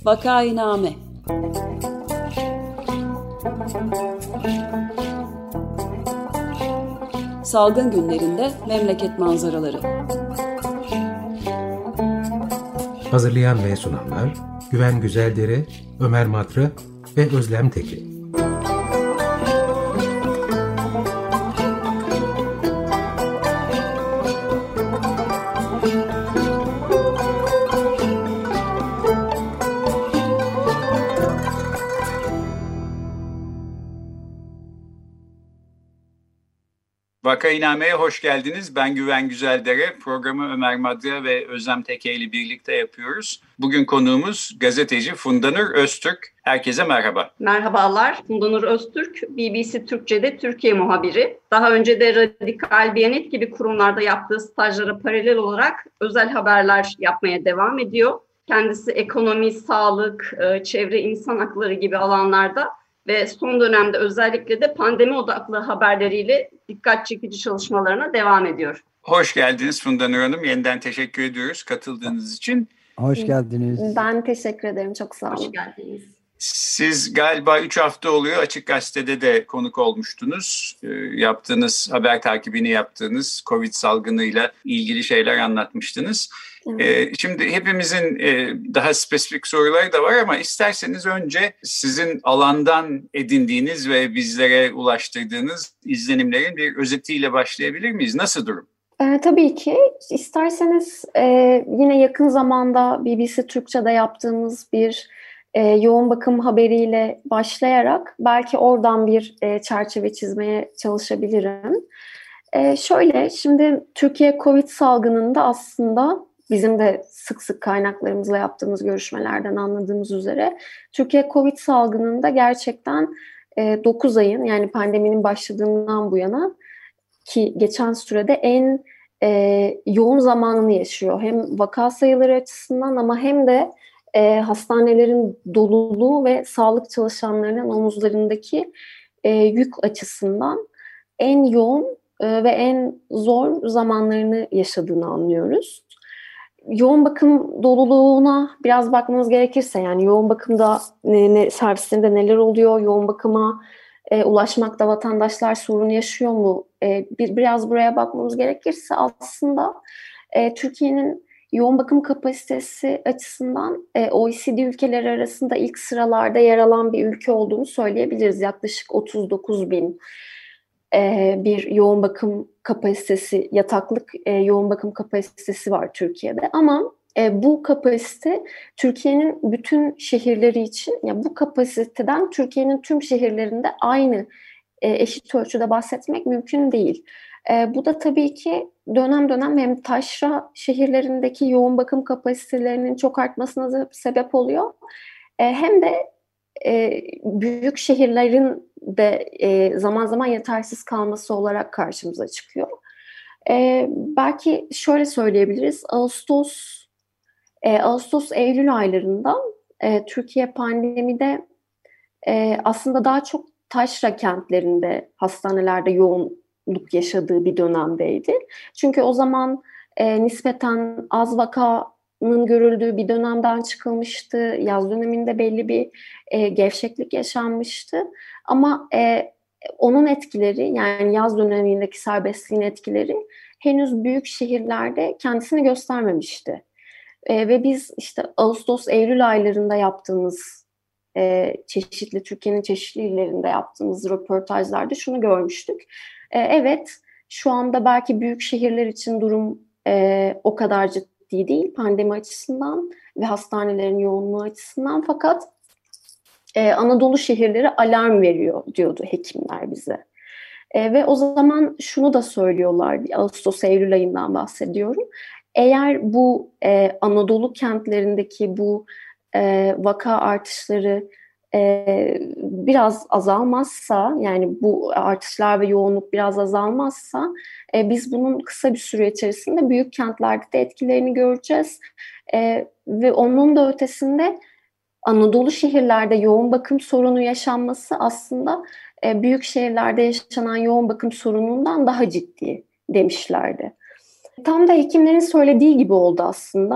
Vakainame. Salgın günlerinde memleket manzaraları. Hazırlayan ve sunanlar Güven Güzeldere, Ömer Madra ve Özlem Tekin. Vakainame'ye hoş geldiniz. Ben Güven Güzeldere. Programı Ömer Madra ve Özlem Teke ile birlikte yapıyoruz. Bugün konuğumuz gazeteci Funda Nur Öztürk. Herkese merhaba. Merhabalar. Funda Nur Öztürk, BBC Türkçe'de Türkiye muhabiri. Daha önce de Radikal, Biyanet gibi kurumlarda yaptığı stajlara paralel olarak özel haberler yapmaya devam ediyor. Kendisi ekonomi, sağlık, çevre, insan hakları gibi alanlarda ve son dönemde özellikle de pandemi odaklı haberleriyle dikkat çekici çalışmalarına devam ediyor. Hoş geldiniz Funda Nur Hanım. Yeniden teşekkür ediyoruz katıldığınız için. Hoş geldiniz. Ben teşekkür ederim. Çok sağ olun. Hoş geldiniz. Siz galiba 3 hafta oluyor. Açık Gazete'de de konuk olmuştunuz. Yaptığınız, haber takibini yaptığınız Covid salgınıyla ilgili şeyler anlatmıştınız. Evet. Şimdi hepimizin daha spesifik soruları da var ama isterseniz önce sizin alandan edindiğiniz ve bizlere ulaştırdığınız izlenimlerin bir özetiyle başlayabilir miyiz? Nasıl durum? Tabii ki. İsterseniz yine yakın zamanda BBC Türkçe'de yaptığımız bir yoğun bakım haberiyle başlayarak belki oradan bir çerçeve çizmeye çalışabilirim. Şimdi Türkiye Covid salgınında aslında bizim de sık sık kaynaklarımızla yaptığımız görüşmelerden anladığımız üzere Türkiye Covid salgınında gerçekten 9 ayın yani pandeminin başladığından bu yana ki geçen sürede en yoğun zamanını yaşıyor. Hem vaka sayıları açısından ama hem de hastanelerin doluluğu ve sağlık çalışanlarının omuzlarındaki yük açısından en yoğun ve en zor zamanlarını yaşadığını anlıyoruz. Yoğun bakım doluluğuna biraz bakmamız gerekirse yani yoğun bakımda servislerinde neler oluyor, yoğun bakıma ulaşmakta vatandaşlar sorun yaşıyor mu? Biraz buraya bakmamız gerekirse aslında Türkiye'nin yoğun bakım kapasitesi açısından OECD ülkeleri arasında ilk sıralarda yer alan bir ülke olduğunu söyleyebiliriz. Yaklaşık 39 bin bir yoğun bakım kapasitesi, yataklık yoğun bakım kapasitesi var Türkiye'de. Ama bu kapasite Türkiye'nin bütün şehirleri için, yani bu kapasiteden Türkiye'nin tüm şehirlerinde aynı eşit ölçüde bahsetmek mümkün değil. Bu da tabii ki dönem dönem hem taşra şehirlerindeki yoğun bakım kapasitelerinin çok artmasına sebep oluyor. Hem de büyük şehirlerin de zaman zaman yetersiz kalması olarak karşımıza çıkıyor. Belki şöyle söyleyebiliriz. Ağustos-Eylül aylarında Türkiye pandemide aslında daha çok taşra kentlerinde, hastanelerde yoğunluk yaşadığı bir dönemdeydi. Çünkü o zaman nispeten az vakanın görüldüğü bir dönemden çıkılmıştı. Yaz döneminde belli bir gevşeklik yaşanmıştı. Ama onun etkileri, yani yaz dönemindeki serbestliğin etkileri henüz büyük şehirlerde kendisini göstermemişti. Ve biz işte Ağustos-Eylül aylarında yaptığımız Türkiye'nin çeşitli illerinde yaptığımız röportajlarda şunu görmüştük. Evet, şu anda belki büyük şehirler için durum o kadar ciddi değil pandemi açısından ve hastanelerin yoğunluğu açısından, fakat Anadolu şehirleri alarm veriyor diyordu hekimler bize. Ve o zaman şunu da söylüyorlardı, Ağustos-Eylül ayından bahsediyorum. Eğer bu Anadolu kentlerindeki bu vaka artışları biraz azalmazsa, yani bu artışlar ve yoğunluk biraz azalmazsa biz bunun kısa bir süre içerisinde büyük kentlerde de etkilerini göreceğiz. Ve onun da ötesinde Anadolu şehirlerde yoğun bakım sorunu yaşanması aslında büyük şehirlerde yaşanan yoğun bakım sorunundan daha ciddi demişlerdi. Tam da hekimlerin söylediği gibi oldu aslında.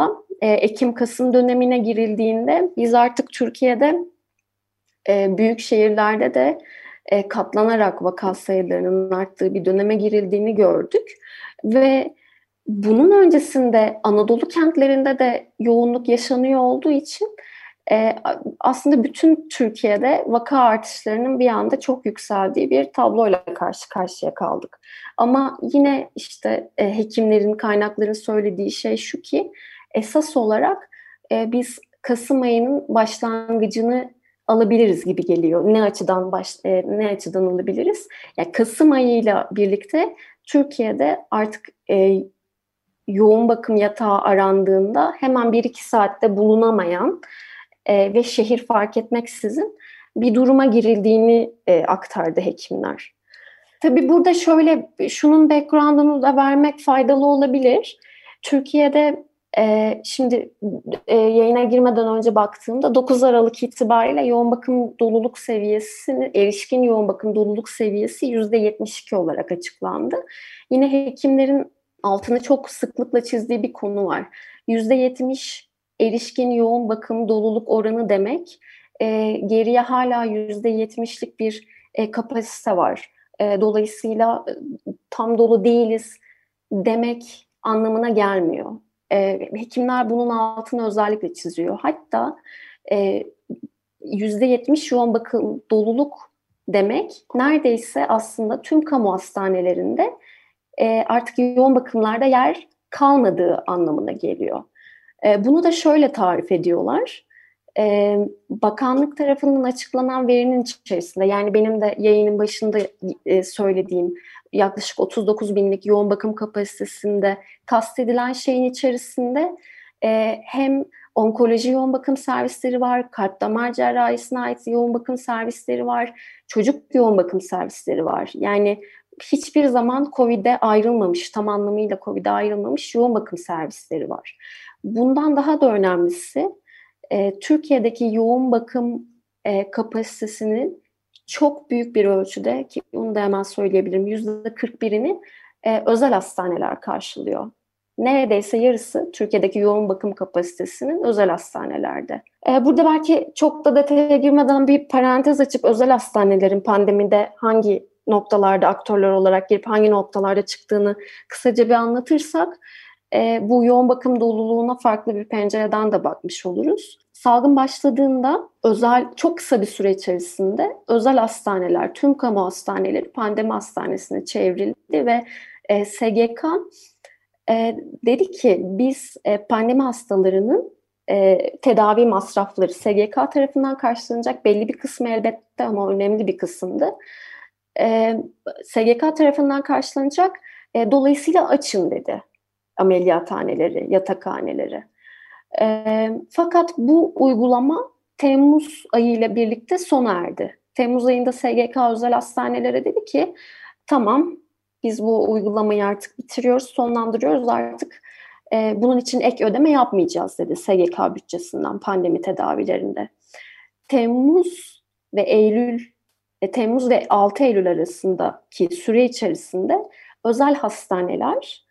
Ekim-Kasım dönemine girildiğinde biz artık Türkiye'de büyük şehirlerde de katlanarak vaka sayılarının arttığı bir döneme girildiğini gördük. Ve bunun öncesinde Anadolu kentlerinde de yoğunluk yaşanıyor olduğu için aslında bütün Türkiye'de vaka artışlarının bir anda çok yükseldiği bir tabloyla karşı karşıya kaldık. Ama yine işte hekimlerin, kaynakların söylediği şey şu ki esas olarak biz Kasım ayının başlangıcını alabiliriz gibi geliyor. Ne açıdan alabiliriz? Yani Kasım ayıyla birlikte Türkiye'de artık yoğun bakım yatağı arandığında hemen 1-2 saatte bulunamayan ve şehir fark etmeksizin bir duruma girildiğini aktardı hekimler. Tabii burada şöyle şunun background'unu da vermek faydalı olabilir. Türkiye'de şimdi yayına girmeden önce baktığımda 9 Aralık itibariyle yoğun bakım doluluk seviyesini, erişkin yoğun bakım doluluk seviyesi %72 olarak açıklandı. Yine hekimlerin altını çok sıklıkla çizdiği bir konu var. %70 erişkin yoğun bakım doluluk oranı demek, geriye hala %70'lik bir kapasite var. Dolayısıyla tam dolu değiliz demek anlamına gelmiyor. Hekimler bunun altını özellikle çiziyor. Hatta %70 yoğun bakım doluluk demek neredeyse aslında tüm kamu hastanelerinde artık yoğun bakımlarda yer kalmadığı anlamına geliyor. Bunu da şöyle tarif ediyorlar. Bakanlık tarafından açıklanan verinin içerisinde, yani benim de yayının başında söylediğim yaklaşık 39 binlik yoğun bakım kapasitesinde kastedilen şeyin içerisinde hem onkoloji yoğun bakım servisleri var, kalp damar cerrahisine ait yoğun bakım servisleri var, çocuk yoğun bakım servisleri var. Yani hiçbir zaman COVID'e ayrılmamış, tam anlamıyla COVID'e ayrılmamış yoğun bakım servisleri var. Bundan daha da önemlisi, Türkiye'deki yoğun bakım kapasitesinin çok büyük bir ölçüde, ki onu da hemen söyleyebilirim, %41'ini özel hastaneler karşılıyor. Neredeyse yarısı Türkiye'deki yoğun bakım kapasitesinin özel hastanelerde. Burada belki çok da detaya girmeden bir parantez açıp özel hastanelerin pandemide hangi noktalarda aktörler olarak girip hangi noktalarda çıktığını kısaca bir anlatırsak, bu yoğun bakım doluluğuna farklı bir pencereden de bakmış oluruz. Salgın başladığında çok kısa bir süre içerisinde özel hastaneler, tüm kamu hastaneleri pandemi hastanesine çevrildi ve SGK dedi ki biz pandemi hastalarının tedavi masrafları SGK tarafından karşılanacak, belli bir kısmı elbette ama önemli bir kısımdı. SGK tarafından karşılanacak, dolayısıyla açın dedi ameliyathaneleri, yatakhaneleri. Fakat bu uygulama Temmuz ayıyla birlikte sona erdi. Temmuz ayında SGK özel hastanelere dedi ki tamam, biz bu uygulamayı artık bitiriyoruz, sonlandırıyoruz, artık bunun için ek ödeme yapmayacağız dedi SGK bütçesinden pandemi tedavilerinde. Temmuz ve 6 Eylül arasındaki süre içerisinde özel hastaneler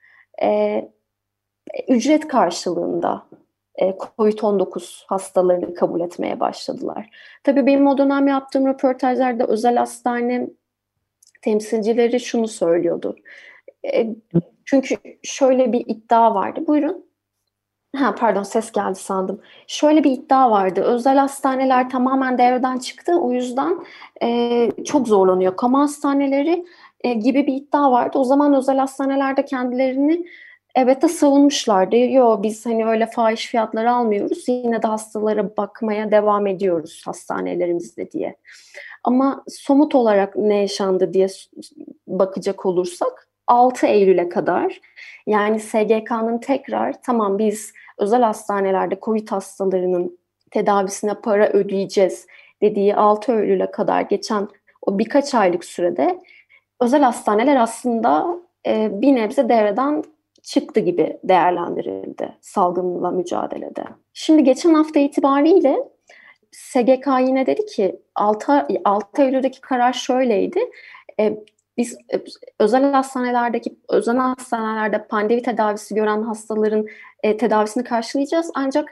ücret karşılığında COVID-19 hastalarını kabul etmeye başladılar. Tabii benim o dönem yaptığım röportajlarda özel hastane temsilcileri şunu söylüyordu. Çünkü şöyle bir iddia vardı. Buyurun. Pardon, ses geldi sandım. Şöyle bir iddia vardı. Özel hastaneler tamamen devreden çıktı. O yüzden çok zorlanıyor kamu hastaneleri gibi bir iddia vardı. O zaman özel hastanelerde kendilerini de savunmuşlardı. Yo, biz hani öyle fahiş fiyatları almıyoruz. Yine de hastalara bakmaya devam ediyoruz hastanelerimizde diye. Ama somut olarak ne yaşandı diye bakacak olursak 6 Eylül'e kadar, yani SGK'nın tekrar tamam biz özel hastanelerde COVID hastalarının tedavisine para ödeyeceğiz dediği 6 Eylül'e kadar geçen o birkaç aylık sürede özel hastaneler aslında bir nebze devreden çıktı gibi değerlendirildi salgınla mücadelede. Şimdi geçen hafta itibariyle SGK yine dedi ki 6 Eylül'deki karar şöyleydi. biz özel hastanelerde pandemi tedavisi gören hastaların tedavisini karşılayacağız. Ancak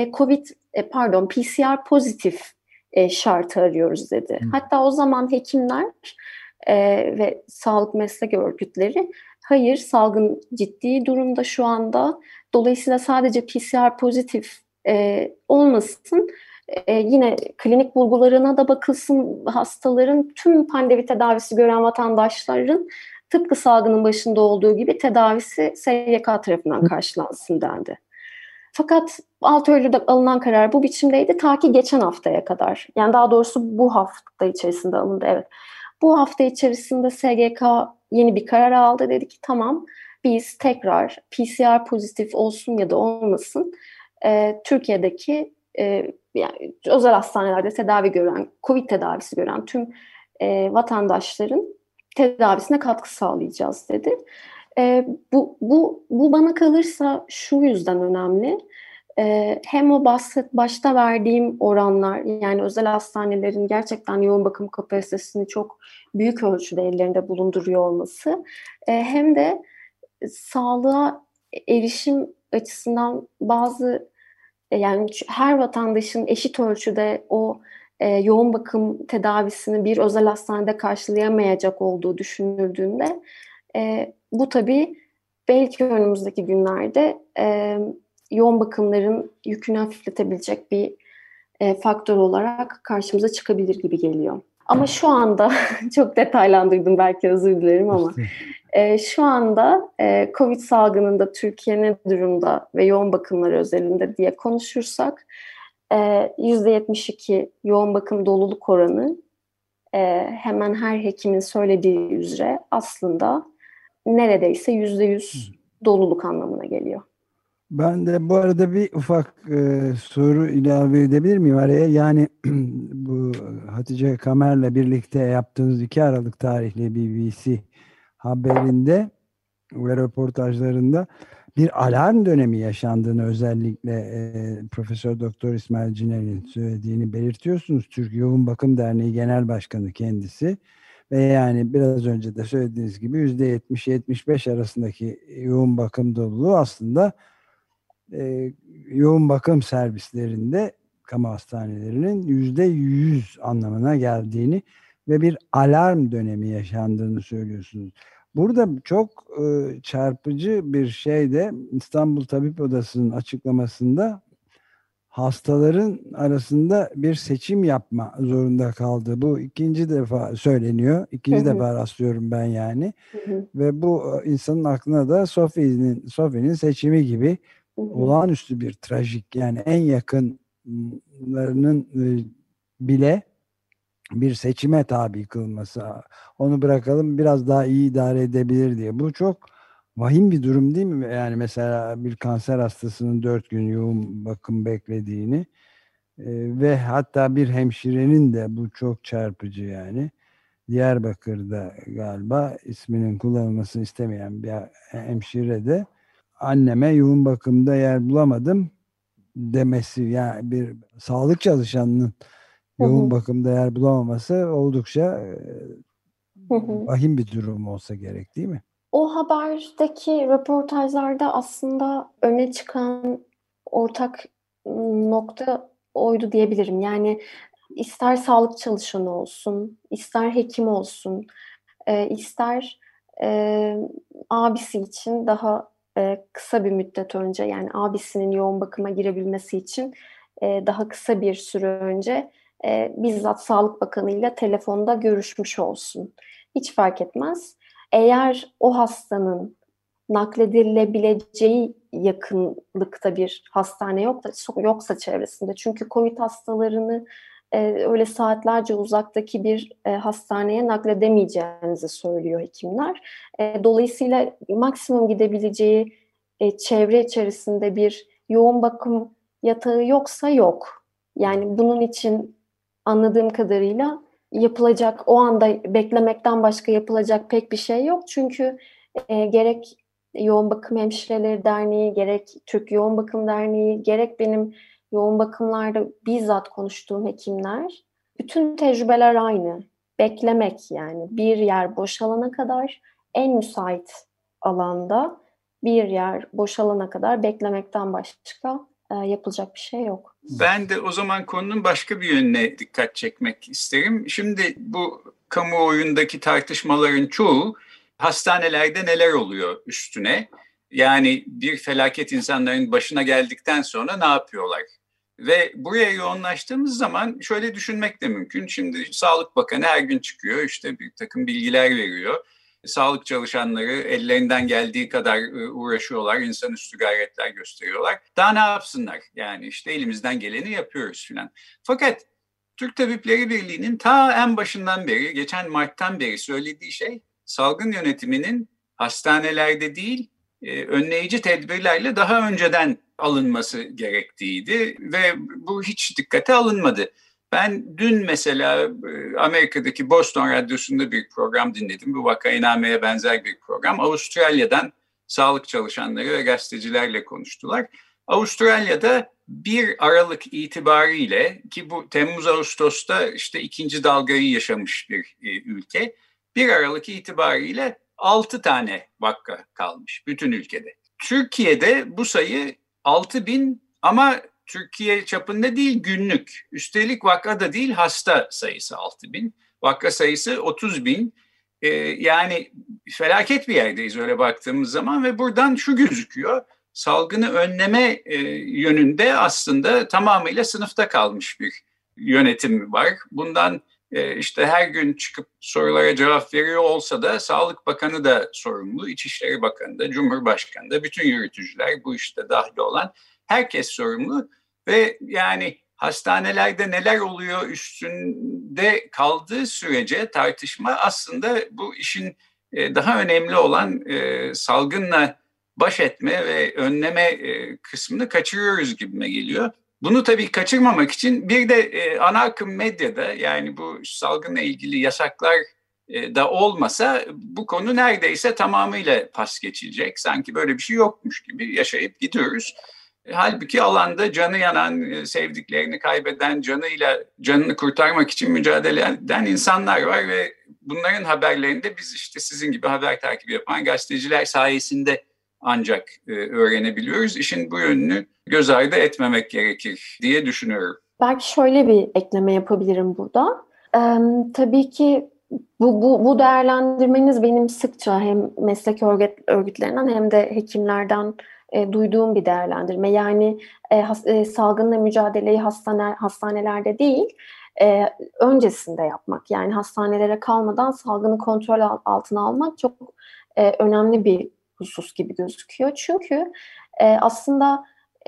PCR pozitif şartı arıyoruz dedi. Hatta o zaman hekimler ve sağlık meslek örgütleri hayır, salgın ciddi durumda şu anda. Dolayısıyla sadece PCR pozitif olmasın. Yine klinik bulgularına da bakılsın, hastaların, tüm pandemi tedavisi gören vatandaşların tıpkı salgının başında olduğu gibi tedavisi SGK tarafından karşılansın dendi. Fakat 6 Eylül'de alınan karar bu biçimdeydi ta ki geçen haftaya kadar. Yani daha doğrusu bu hafta içerisinde alındı, evet. Bu hafta içerisinde SGK yeni bir karar aldı. Dedi ki tamam, biz tekrar PCR pozitif olsun ya da olmasın Türkiye'deki yani özel hastanelerde tedavi gören, COVID tedavisi gören tüm vatandaşların tedavisine katkı sağlayacağız dedi. Bu bana kalırsa şu yüzden önemli. Hem o başta verdiğim oranlar, yani özel hastanelerin gerçekten yoğun bakım kapasitesini çok büyük ölçüde ellerinde bulunduruyor olması, hem de sağlığa erişim açısından yani her vatandaşın eşit ölçüde o yoğun bakım tedavisini bir özel hastanede karşılayamayacak olduğu düşünüldüğünde bu tabii belki önümüzdeki günlerde yoğun bakımların yükünü hafifletebilecek bir faktör olarak karşımıza çıkabilir gibi geliyor. Ama şu anda çok detaylandırdım, belki özür dilerim ama şu anda COVID salgınında Türkiye ne durumda ve yoğun bakımlar özelinde diye konuşursak %72 yoğun bakım doluluk oranı hemen her hekimin söylediği üzere aslında neredeyse %100 doluluk anlamına geliyor. Ben de bu arada bir ufak soru ilave edebilir miyim araya? Yani bu Hatice Kamer'le birlikte yaptığınız 2 Aralık tarihli BBC haberinde ve röportajlarında bir alarm dönemi yaşandığını özellikle Profesör Doktor İsmail Cinel'in söylediğini belirtiyorsunuz. Türk Yoğun Bakım Derneği Genel Başkanı kendisi. Ve yani biraz önce de söylediğiniz gibi %70-75 arasındaki yoğun bakım doluluğu aslında yoğun bakım servislerinde, kamu hastanelerinin %100 anlamına geldiğini ve bir alarm dönemi yaşandığını söylüyorsunuz. Burada çok çarpıcı bir şey de İstanbul Tabip Odası'nın açıklamasında hastaların arasında bir seçim yapma zorunda kaldı. Bu ikinci defa söyleniyor. İkinci defa rastlıyorum ben yani. Ve bu insanın aklına da Sophie'nin seçimi gibi olağanüstü bir trajik, yani en yakınlarının bile bir seçime tabi kılması, onu bırakalım biraz daha iyi idare edebilir diye. Bu çok vahim bir durum değil mi? Yani mesela bir kanser hastasının 4 gün yoğun bakım beklediğini ve hatta bir hemşirenin de, bu çok çarpıcı yani. Diyarbakır'da galiba, isminin kullanılmasını istemeyen bir hemşire de anneme yoğun bakımda yer bulamadım demesi, yani bir sağlık çalışanının yoğun bakımda yer bulamaması oldukça vahim bir durum olsa gerek, değil mi? O haberdeki röportajlarda aslında öne çıkan ortak nokta oydu diyebilirim. Yani ister sağlık çalışanı olsun, ister hekim olsun, ister abisi için daha kısa bir müddet önce, yani abisinin yoğun bakıma girebilmesi için daha kısa bir süre önce bizzat Sağlık Bakanı ile telefonda görüşmüş olsun. Hiç fark etmez. Eğer o hastanın nakledilebileceği yakınlıkta bir hastane yoksa çevresinde, çünkü COVID hastalarını öyle saatlerce uzaktaki bir hastaneye nakledemeyeceğinizi söylüyor hekimler. Dolayısıyla maksimum gidebileceği çevre içerisinde bir yoğun bakım yatağı yoksa yok. Yani bunun için anladığım kadarıyla yapılacak, o anda beklemekten başka yapılacak pek bir şey yok. Çünkü gerek Yoğun Bakım Hemşireleri Derneği, gerek Türk Yoğun Bakım Derneği, gerek benim yoğun bakımlarda bizzat konuştuğum hekimler, bütün tecrübeler aynı. beklemek, yani bir yer boşalana kadar en müsait alanda bir yer boşalana kadar beklemekten başka yapılacak bir şey yok. Ben de o zaman konunun başka bir yönüne dikkat çekmek isterim. Şimdi bu kamuoyundaki tartışmaların çoğu hastanelerde neler oluyor üstüne. Yani bir felaket insanların başına geldikten sonra ne yapıyorlar? Ve buraya yoğunlaştığımız zaman şöyle düşünmek de mümkün. Şimdi Sağlık Bakanı her gün çıkıyor, işte bir takım bilgiler veriyor. Sağlık çalışanları ellerinden geldiği kadar uğraşıyorlar, insanüstü gayretler gösteriyorlar. Daha ne yapsınlar? Yani işte elimizden geleni yapıyoruz filan. Fakat Türk Tabipleri Birliği'nin ta en başından beri, geçen Mart'tan beri söylediği şey, salgın yönetiminin hastanelerde değil, önleyici tedbirlerle daha önceden alınması gerektiğiydi ve bu hiç dikkate alınmadı. Ben dün mesela Amerika'daki Boston Radyosu'nda bir program dinledim. Bu Vakainame'ye benzer bir program. Avustralya'dan sağlık çalışanları ve gazetecilerle konuştular. Avustralya'da 1 Aralık itibariyle, ki bu Temmuz-Ağustos'ta işte ikinci dalgayı yaşamış bir ülke, 1 Aralık itibariyle 6 tane vaka kalmış bütün ülkede. Türkiye'de bu sayı 6.000 ama Türkiye çapında değil, günlük. Üstelik vaka da değil, hasta sayısı 6.000. Vaka sayısı 30.000. Yani felaket bir yerdeyiz öyle baktığımız zaman ve buradan şu gözüküyor. Salgını önleme yönünde aslında tamamıyla sınıfta kalmış bir yönetim var. Bundan işte her gün çıkıp sorulara cevap veriyor olsa da Sağlık Bakanı da sorumlu, İçişleri Bakanı da, Cumhurbaşkanı da, bütün yürütücüler, bu işte dahil olan herkes sorumlu ve yani hastanelerde neler oluyor üstünde kaldığı sürece tartışma, aslında bu işin daha önemli olan salgınla baş etme ve önleme kısmını kaçırıyoruz gibime geliyor. Bunu tabii kaçırmamak için bir de ana akım medyada, yani bu salgınla ilgili yasaklar da olmasa bu konu neredeyse tamamıyla pas geçilecek. Sanki böyle bir şey yokmuş gibi yaşayıp gidiyoruz. Halbuki alanda canı yanan, sevdiklerini kaybeden, canını kurtarmak için mücadele eden insanlar var ve bunların haberlerini de biz işte sizin gibi haber takibi yapan gazeteciler sayesinde ancak öğrenebiliyoruz. İşin bu yönünü göz ardı etmemek gerekir diye düşünüyorum. Belki şöyle bir ekleme yapabilirim burada. Tabii ki bu değerlendirmeniz benim sıkça hem meslek örgütlerinden hem de hekimlerden duyduğum bir değerlendirme. Yani salgınla mücadeleyi hastanelerde değil, öncesinde yapmak. Yani hastanelere kalmadan salgını kontrol altına almak çok önemli bir husus gibi gözüküyor. Çünkü aslında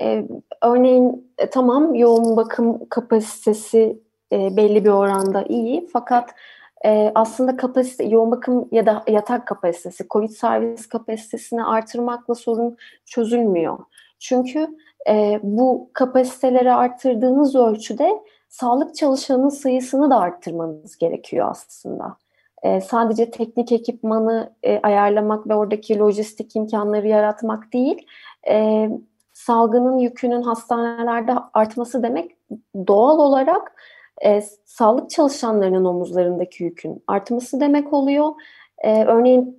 örneğin tamam, yoğun bakım kapasitesi belli bir oranda iyi, fakat aslında yoğun bakım ya da yatak kapasitesi, COVID servis kapasitesini artırmakla sorun çözülmüyor. Çünkü bu kapasiteleri arttırdığınız ölçüde sağlık çalışanının sayısını da arttırmanız gerekiyor aslında. Sadece teknik ekipmanı ayarlamak ve oradaki lojistik imkanları yaratmak değil, salgının yükünün hastanelerde artması demek doğal olarak sağlık çalışanlarının omuzlarındaki yükün artması demek oluyor. Örneğin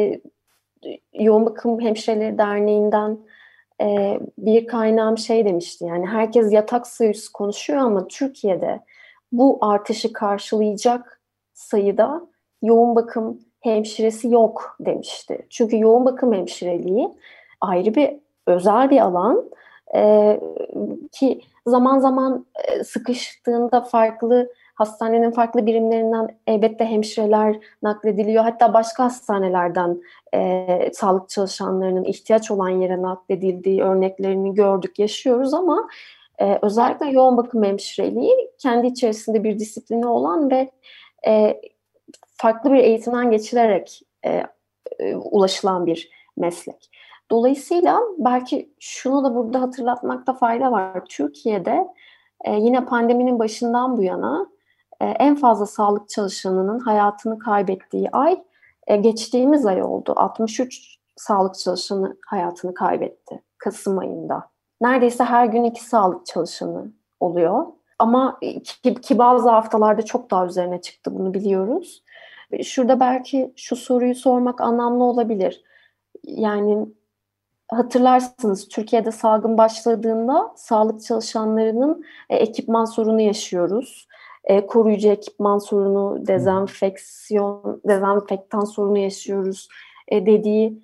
Yoğun Bakım Hemşireleri Derneği'nden bir kaynağım demişti, yani herkes yatak sayısı konuşuyor ama Türkiye'de bu artışı karşılayacak sayıda yoğun bakım hemşiresi yok demişti. Çünkü yoğun bakım hemşireliği ayrı bir özel bir alan ki zaman zaman sıkıştığında hastanenin farklı birimlerinden elbette hemşireler naklediliyor. Hatta başka hastanelerden sağlık çalışanlarının ihtiyaç olan yere nakledildiği örneklerini gördük, yaşıyoruz ama özellikle yoğun bakım hemşireliği kendi içerisinde bir disiplini olan ve farklı bir eğitimden geçilerek ulaşılan bir meslek. Dolayısıyla belki şunu da burada hatırlatmakta fayda var. Türkiye'de yine pandeminin başından bu yana en fazla sağlık çalışanının hayatını kaybettiği ay geçtiğimiz ay oldu. 63 sağlık çalışanı hayatını kaybetti Kasım ayında. Neredeyse her gün 2 sağlık çalışanı oluyor. Ama ki bazı haftalarda çok daha üzerine çıktı, bunu biliyoruz. Şurada belki şu soruyu sormak anlamlı olabilir. Yani hatırlarsınız, Türkiye'de salgın başladığında sağlık çalışanlarının ekipman sorunu yaşıyoruz. Koruyucu ekipman sorunu, dezenfektan sorunu yaşıyoruz dediği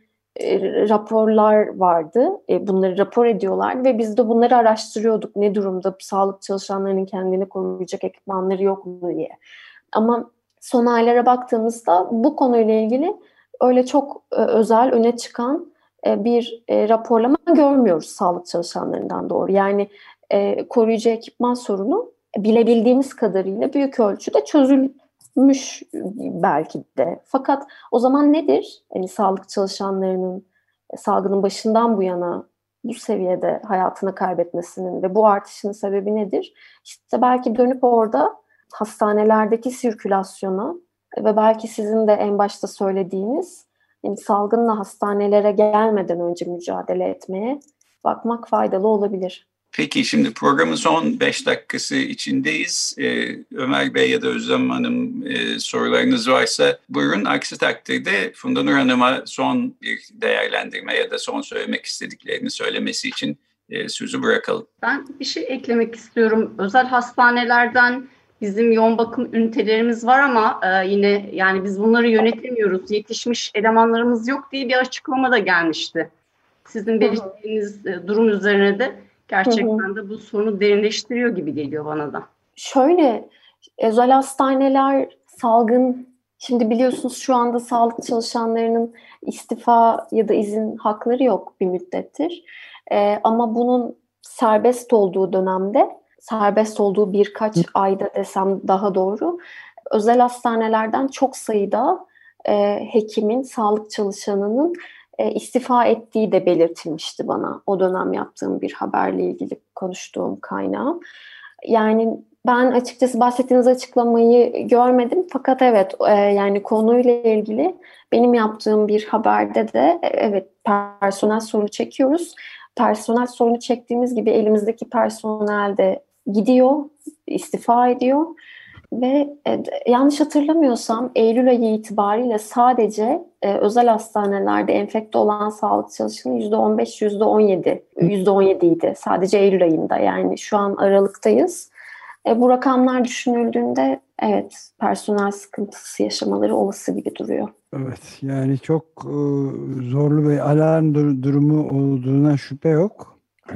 raporlar vardı. Bunları rapor ediyorlar ve biz de bunları araştırıyorduk. Ne durumda sağlık çalışanlarının kendini koruyacak ekipmanları yok mu diye. Ama son aylara baktığımızda bu konuyla ilgili öyle çok özel, öne çıkan bir raporlama görmüyoruz sağlık çalışanlarından doğru. Yani koruyucu ekipman sorunu bilebildiğimiz kadarıyla büyük ölçüde çözülmüş belki de. Fakat o zaman nedir? Yani sağlık çalışanlarının salgının başından bu yana bu seviyede hayatını kaybetmesinin ve bu artışın sebebi nedir? İşte belki dönüp orada hastanelerdeki sirkülasyona ve belki sizin de en başta söylediğiniz, yani salgınla hastanelere gelmeden önce mücadele etmeye bakmak faydalı olabilir. Peki, şimdi programın son 5 dakikası içindeyiz. Ömer Bey ya da Özlem Hanım, sorularınız varsa buyurun. Aksi takdirde Funda Nur Hanım'a son bir değerlendirme ya da son söylemek istediklerini söylemesi için sözü bırakalım. Ben bir şey eklemek istiyorum. Özel hastanelerden bizim yoğun bakım ünitelerimiz var ama yine yani biz bunları yönetemiyoruz. Yetişmiş elemanlarımız yok diye bir açıklama da gelmişti. Sizin belirttiğiniz durum üzerine de gerçekten de bu sorunu derinleştiriyor gibi geliyor bana da. Şöyle, özel hastaneler salgın, şimdi biliyorsunuz şu anda sağlık çalışanlarının istifa ya da izin hakları yok bir müddettir. Ama bunun serbest olduğu dönemde, serbest olduğu birkaç ayda desem daha doğru, özel hastanelerden çok sayıda hekimin, sağlık çalışanının istifa ettiği de belirtilmişti bana. O dönem yaptığım bir haberle ilgili konuştuğum kaynağım. Yani ben açıkçası bahsettiğiniz açıklamayı görmedim. Fakat evet, yani konuyla ilgili benim yaptığım bir haberde de evet, personel sorunu çekiyoruz. Personel sorunu çektiğimiz gibi elimizdeki personel de gidiyor, istifa ediyor. Ve yanlış hatırlamıyorsam Eylül ayı itibariyle sadece özel hastanelerde enfekte olan sağlık çalışanı %15, %17 idi. Sadece Eylül ayında, yani şu an Aralık'tayız. Bu rakamlar düşünüldüğünde evet, personel sıkıntısı yaşamaları olası gibi duruyor. Evet, yani çok zorlu bir alarm durumu olduğuna şüphe yok.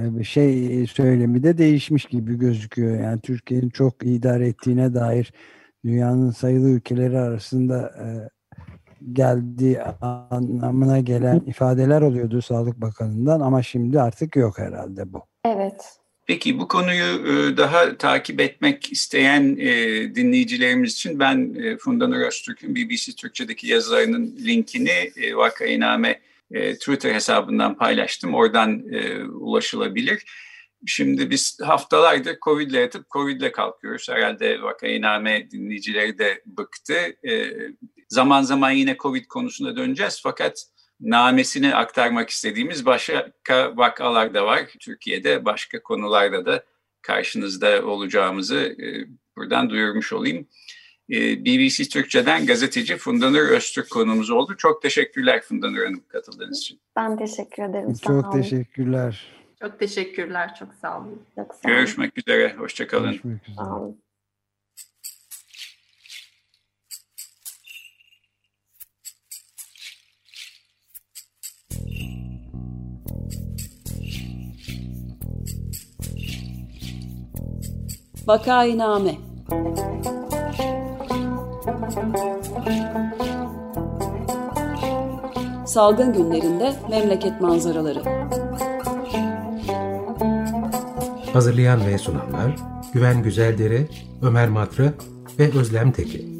Söylemi de değişmiş gibi gözüküyor. Yani Türkiye'nin çok iyi idare ettiğine dair dünyanın sayılı ülkeleri arasında geldiği anlamına gelen ifadeler oluyordu Sağlık Bakanı'ndan ama şimdi artık yok herhalde bu. Evet. Peki, bu konuyu daha takip etmek isteyen dinleyicilerimiz için ben Funda Nur Öztürk'ün BBC Türkçe'deki yazılarının linkini Vakainame Twitter hesabından paylaştım. Oradan ulaşılabilir. Şimdi biz haftalardır Covid'le yatıp Covid'le kalkıyoruz. Herhalde Vakainame dinleyicileri de bıktı. Zaman zaman yine Covid konusuna döneceğiz. Fakat namesini aktarmak istediğimiz başka vakalar da var. Türkiye'de başka konularda da karşınızda olacağımızı buradan duyurmuş olayım. BBC Türkçe'den gazeteci Funda Nur Öztürk konuğumuz oldu. Çok teşekkürler Funda Nur Hanım, katıldığınız için. Ben teşekkür ederim. Çok teşekkürler. Çok teşekkürler. Çok sağ olun. Çok sağ olun. Görüşmek üzere. Hoşçakalın. Görüşmek üzere. Sağ olun. Vakainame. Salgın günlerinde memleket manzaraları. Hazırlayan ve sunanlar Güven Güzeldere, Ömer Madra ve Özlem Tekin.